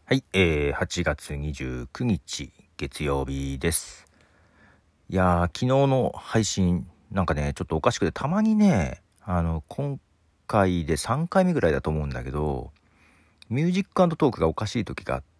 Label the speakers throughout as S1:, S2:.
S1: はい、8月29日月曜日です。いやー、昨日の配信なんかねちょっとおかしくて、たまにね今回で3回目ぐらいだと思うんだけど、ミュージック&トークがおかしい時があって、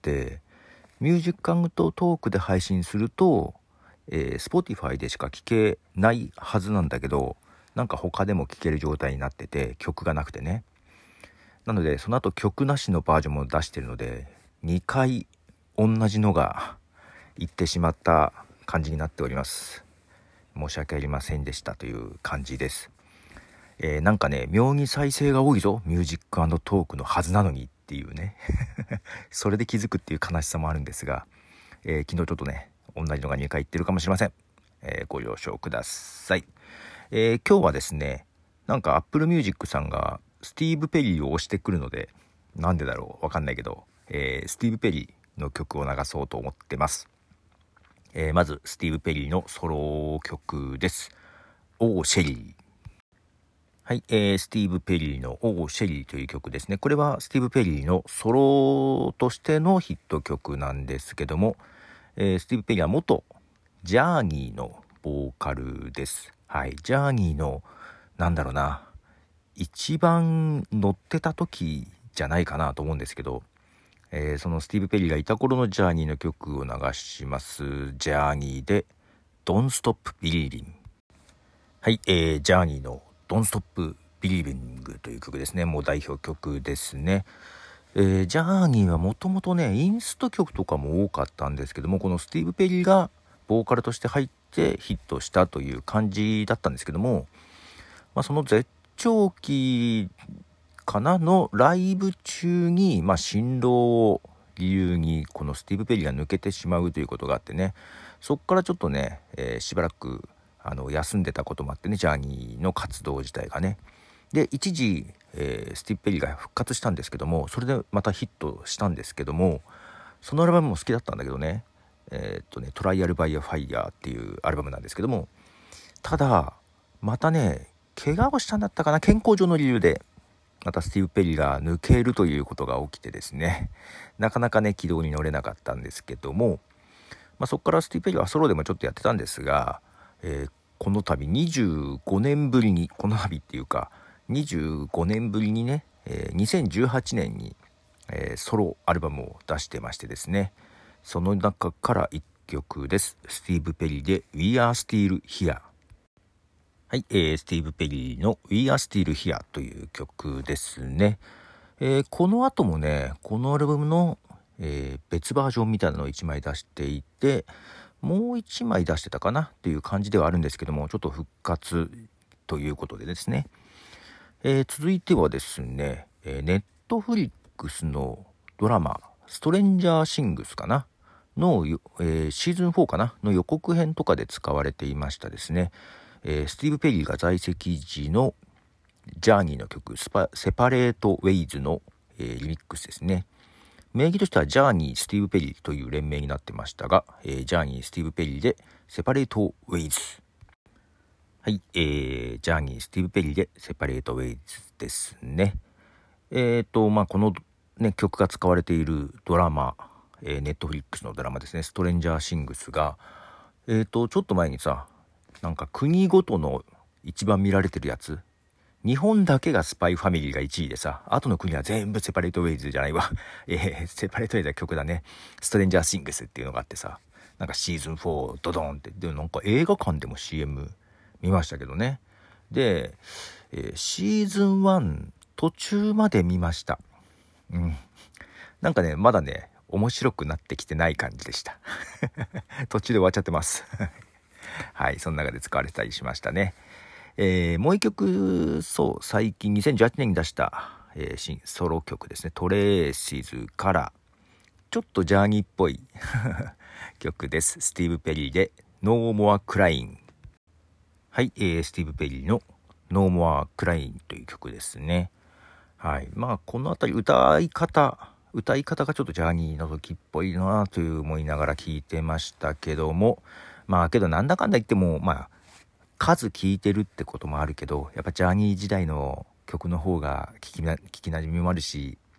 S1: ミュージック&トークで配信すると、Spotify でしか聴けないはずなんだけど、なんか他でも聴ける状態になってて、曲がなくてね。なのでその後曲なしのバージョンも出してるので、2回同じのが言ってしまった感じになっております。申し訳ありませんでしたという感じです。なんかね、妙に再生が多いぞミュージック&トークのはずなのにっていうねそれで気づくっていう悲しさもあるんですが、昨日ちょっとね同じのが2回言ってるかもしれません。ご了承ください。今日はですね、なんか Apple Music さんがスティーブ・ペリーを押してくるので、なんでだろうわかんないけど、スティーブ・ペリーの曲を流そうと思ってます。まずスティーブ・ペリーのソロ曲です。オー・シェリー。はい、スティーブ・ペリーのオー・シェリーという曲ですね。これはスティーブ・ペリーのソロとしてのヒット曲なんですけども、スティーブ・ペリーは元ジャーニーのボーカルです。はい、ジャーニーのなんだろうな、一番乗ってた時じゃないかなと思うんですけど、そのスティーブ・ペリーがいた頃のジャーニーの曲を流します。ジャーニーで Don't Stop Believing。 はい、ジャーニーの Don't Stop Believing という曲ですね。もう代表曲ですね。ジャーニーはもともとねインスト曲とかも多かったんですけども、このスティーブ・ペリーがボーカルとして入ってヒットしたという感じだったんですけども、その絶頂期かなのライブ中に、心労を理由にこのスティーブ・ペリーが抜けてしまうということがあってね、そっからちょっとね、しばらく休んでたこともあってね、ジャーニーの活動自体がね。で一時、スティーブ・ペリーが復活したんですけども、それでまたヒットしたんですけども、そのアルバムも好きだったんだけどね、トライアル・バイ・ア・ファイヤーっていうアルバムなんですけども、ただまたね怪我をしたんだったかな、健康上の理由でまたスティーブ・ペリーが抜けるということが起きてですね、なかなかね軌道に乗れなかったんですけども、そこからスティーブ・ペリーはソロでもちょっとやってたんですが、この度25年ぶりに、この度っていうか25年ぶりにね、2018年に、ソロアルバムを出してましてですね、その中から1曲です。スティーブ・ペリーで We Are Still Here。はい、スティーブ・ペリーの We Are Still Here という曲ですね。この後もねこのアルバムの、別バージョンみたいなのを1枚出していて、もう1枚出してたかなっていう感じではあるんですけども、ちょっと復活ということでですね、続いてはですね、ネットフリックスのドラマストレンジャーシングスかなの、シーズン4かなの予告編とかで使われていましたですね、スティーブ・ペリーが在籍時のジャーニーの曲セパレート・ウェイズの、リミックスですね。名義としてはジャーニー・スティーブ・ペリーという連名になってましたが、ジャーニー・スティーブ・ペリーでセパレート・ウェイズ。はい、ジャーニー・スティーブ・ペリーでセパレート・ウェイズですね。この、ね、曲が使われているドラマ、ネットフリックスのドラマですね、ストレンジャーシングスが、ちょっと前にさ、なんか国ごとの一番見られてるやつ、日本だけがスパイファミリーが1位でさ、後の国は全部セパレートウェイズじゃないわ、セパレートウェイズは曲だね、ストレンジャーシングスっていうのがあってさ、なんかシーズン4ドドンって、でなんか映画館でも CM 見ましたけどね。で、シーズン1途中まで見ました。なんかねまだね面白くなってきてない感じでした途中で終わっちゃってますはい、その中で使われてたりしましたね。もう一曲、そう最近2018年に出した、新ソロ曲ですね、トレーシズからちょっとジャーニーっぽい曲です。スティーブ・ペリーで No More Crying。 はい、スティーブ・ペリーの No More Crying という曲ですね。はい、このあたり歌い方がちょっとジャーニーの時っぽいなという思いながら聞いてましたけども、けどなんだかんだ言っても数聞いてるってこともあるけど、やっぱジャーニー時代の曲の方が聞きなじみもあるし、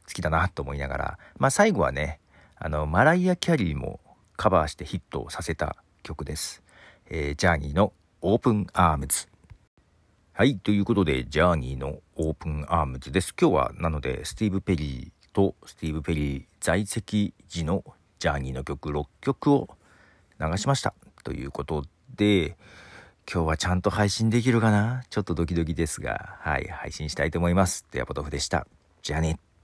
S1: 好きだなと思いながら、まあ最後はね、マライア・キャリーもカバーしてヒットさせた曲です。ジャーニーのオープンアームズ。はい、ということでジャーニーのオープンアームズです。今日はなのでスティーブ・ペリーとスティーブ・ペリー在籍時のジャーニーの曲6曲を流しましたということで、今日はちゃんと配信できるかな、ちょっとドキドキですが、はい、配信したいと思います。ではポトフでした。じゃあね。